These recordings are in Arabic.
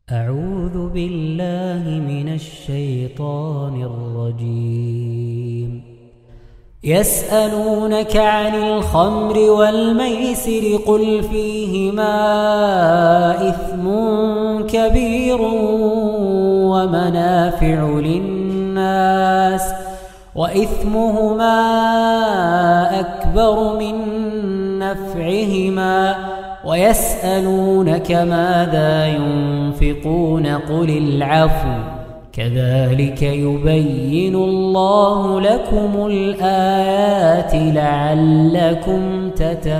أعوذ بالله من الشيطان الرجيم. يسألونك عن الخمر والميسر قل فيهما إثم كبير ومنافع للناس وإثمهما أكبر من نفعهما ويسألونك ماذا ينفقون قل العفو كذلك يبين الله لكم الآيات لعلكم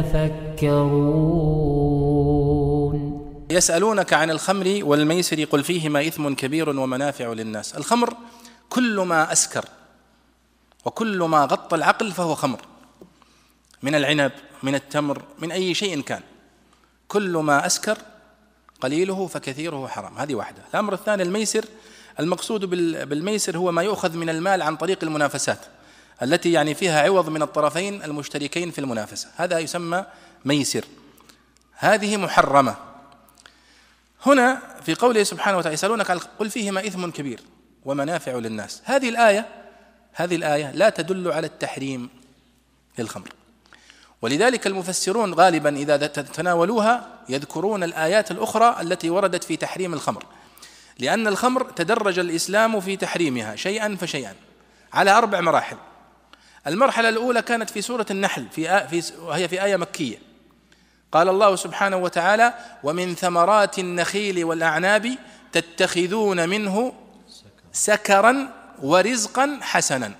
تتفكرون. يسألونك عن الخمر والميسر قل فيهما إثم كبير ومنافع للناس. الخمر كل ما أسكر وكل ما غطى العقل فهو خمر، من العنب من التمر من أي شيء كان، كل ما أسكر قليله فكثيره حرام. هذه واحدة. الأمر الثاني الميسر، المقصود بالميسر هو ما يؤخذ من المال عن طريق المنافسات التي يعني فيها عوض من الطرفين المشتركين في المنافسة، هذا يسمى ميسر، هذه محرمة. هنا في قوله سبحانه وتعالى يسألونك قل فيهما إثم كبير ومنافع للناس، هذه الآية لا تدل على التحريم للخمر، ولذلك المفسرون غالبا إذا تناولوها يذكرون الآيات الأخرى التي وردت في تحريم الخمر، لأن الخمر تدرج الإسلام في تحريمها شيئا فشيئا على 4 مراحل. المرحلة الأولى كانت في سورة النحل وهي في آية مكية، قال الله سبحانه وتعالى ومن ثمرات النخيل والأعناب تتخذون منه سكرا ورزقا حسنا.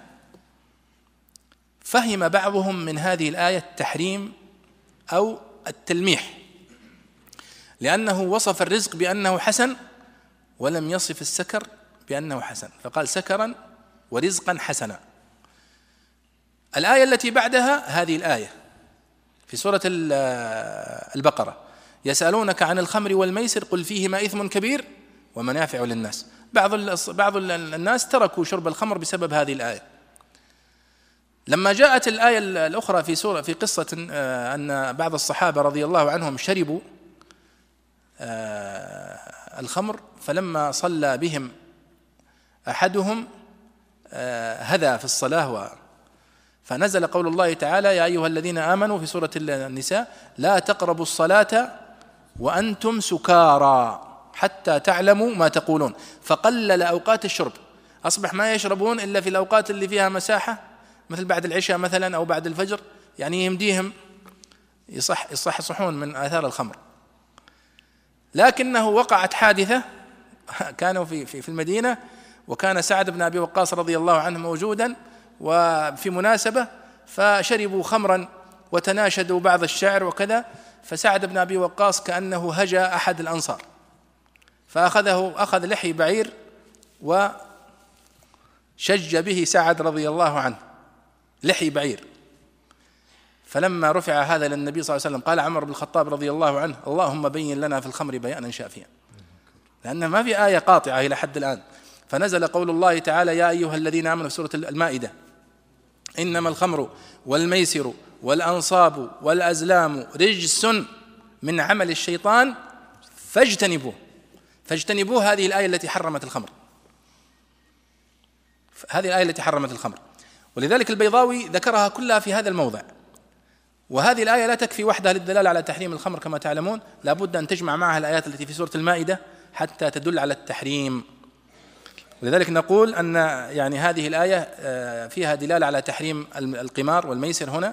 فهم بعضهم من هذه الآية التحريم أو التلميح، لأنه وصف الرزق بأنه حسن ولم يصف السكر بأنه حسن، فقال سكرا ورزقا حسنا. الآية التي بعدها هذه الآية في سورة البقرة يسألونك عن الخمر والميسر قل فيهما إثم كبير ومنافع للناس. بعض الناس تركوا شرب الخمر بسبب هذه الآية. لما جاءت الآية الأخرى في قصة أن بعض الصحابة رضي الله عنهم شربوا الخمر، فلما صلى بهم أحدهم هذا في الصلاة فنزل قول الله تعالى يا أيها الذين آمنوا في سورة النساء لا تقربوا الصلاة وأنتم سكارى حتى تعلموا ما تقولون، فقلل أوقات الشرب، أصبح ما يشربون إلا في الأوقات اللي فيها مساحة، مثل بعد العشاء مثلا أو بعد الفجر، يعني يمديهم يصحصحون من آثار الخمر. لكنه وقعت حادثة، كانوا في المدينة وكان سعد بن أبي وقاص رضي الله عنه موجودا وفي مناسبة، فشربوا خمرا وتناشدوا بعض الشعر وكذا، فسعد بن أبي وقاص كأنه هجا أحد الأنصار فأخذ لحي بعير وشج به سعد رضي الله عنه، لحي بعير. فلما رفع هذا للنبي صلى الله عليه وسلم قال عمر بن الخطاب رضي الله عنه اللهم بين لنا في الخمر بيانا شافيا، لأن ما في آية قاطعة إلى حد الآن. فنزل قول الله تعالى يا أيها الذين آمنوا في سورة المائدة إنما الخمر والميسر والأنصاب والأزلام رجس من عمل الشيطان فاجتنبوه. هذه الآية التي حرمت الخمر، ولذلك البيضاوي ذكرها كلها في هذا الموضع. وهذه الآية لا تكفي وحدها للدلالة على تحريم الخمر كما تعلمون، لابد أن تجمع معها الآيات التي في سورة المائدة حتى تدل على التحريم. ولذلك نقول أن يعني هذه الآية فيها دلالة على تحريم القمار والميسر هنا.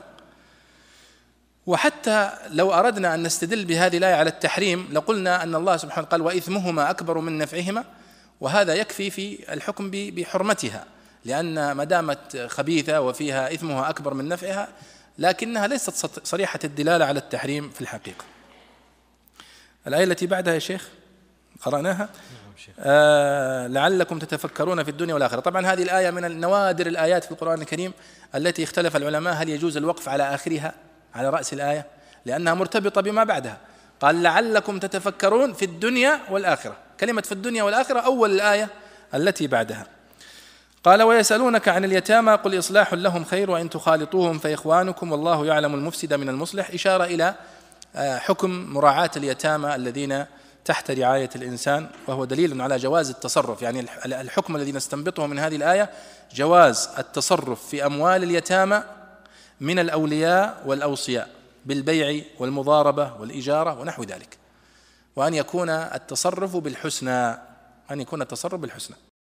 وحتى لو أردنا أن نستدل بهذه الآية على التحريم لقلنا أن الله سبحانه قال وإثمهما أكبر من نفعهما، وهذا يكفي في الحكم بحرمتها، لأن ما دامت خبيثة وفيها إثمها أكبر من نفعها، لكنها ليست صريحة الدلالة على التحريم في الحقيقة. الآية التي بعدها يا شيخ قرأناها لعلكم تتفكرون في الدنيا والآخرة. طبعا هذه الآية من النوادر الآيات في القرآن الكريم التي اختلف العلماء هل يجوز الوقف على آخرها على رأس الآية، لأنها مرتبطة بما بعدها. قال لعلكم تتفكرون في الدنيا والآخرة، كلمة في الدنيا والآخرة أول الآية التي بعدها. قال ويسألونك عن اليتامى قل إصلاح لهم خير وإن تخالطوهم فإخوانكم والله يعلم المفسد من المصلح، إشارة إلى حكم مراعاة اليتامى الذين تحت رعاية الإنسان، وهو دليل على جواز التصرف. يعني الحكم الذي نستنبطه من هذه الآية جواز التصرف في أموال اليتامى من الأولياء والأوصياء بالبيع والمضاربة والإجارة ونحو ذلك، وأن يكون التصرف بالحسنى،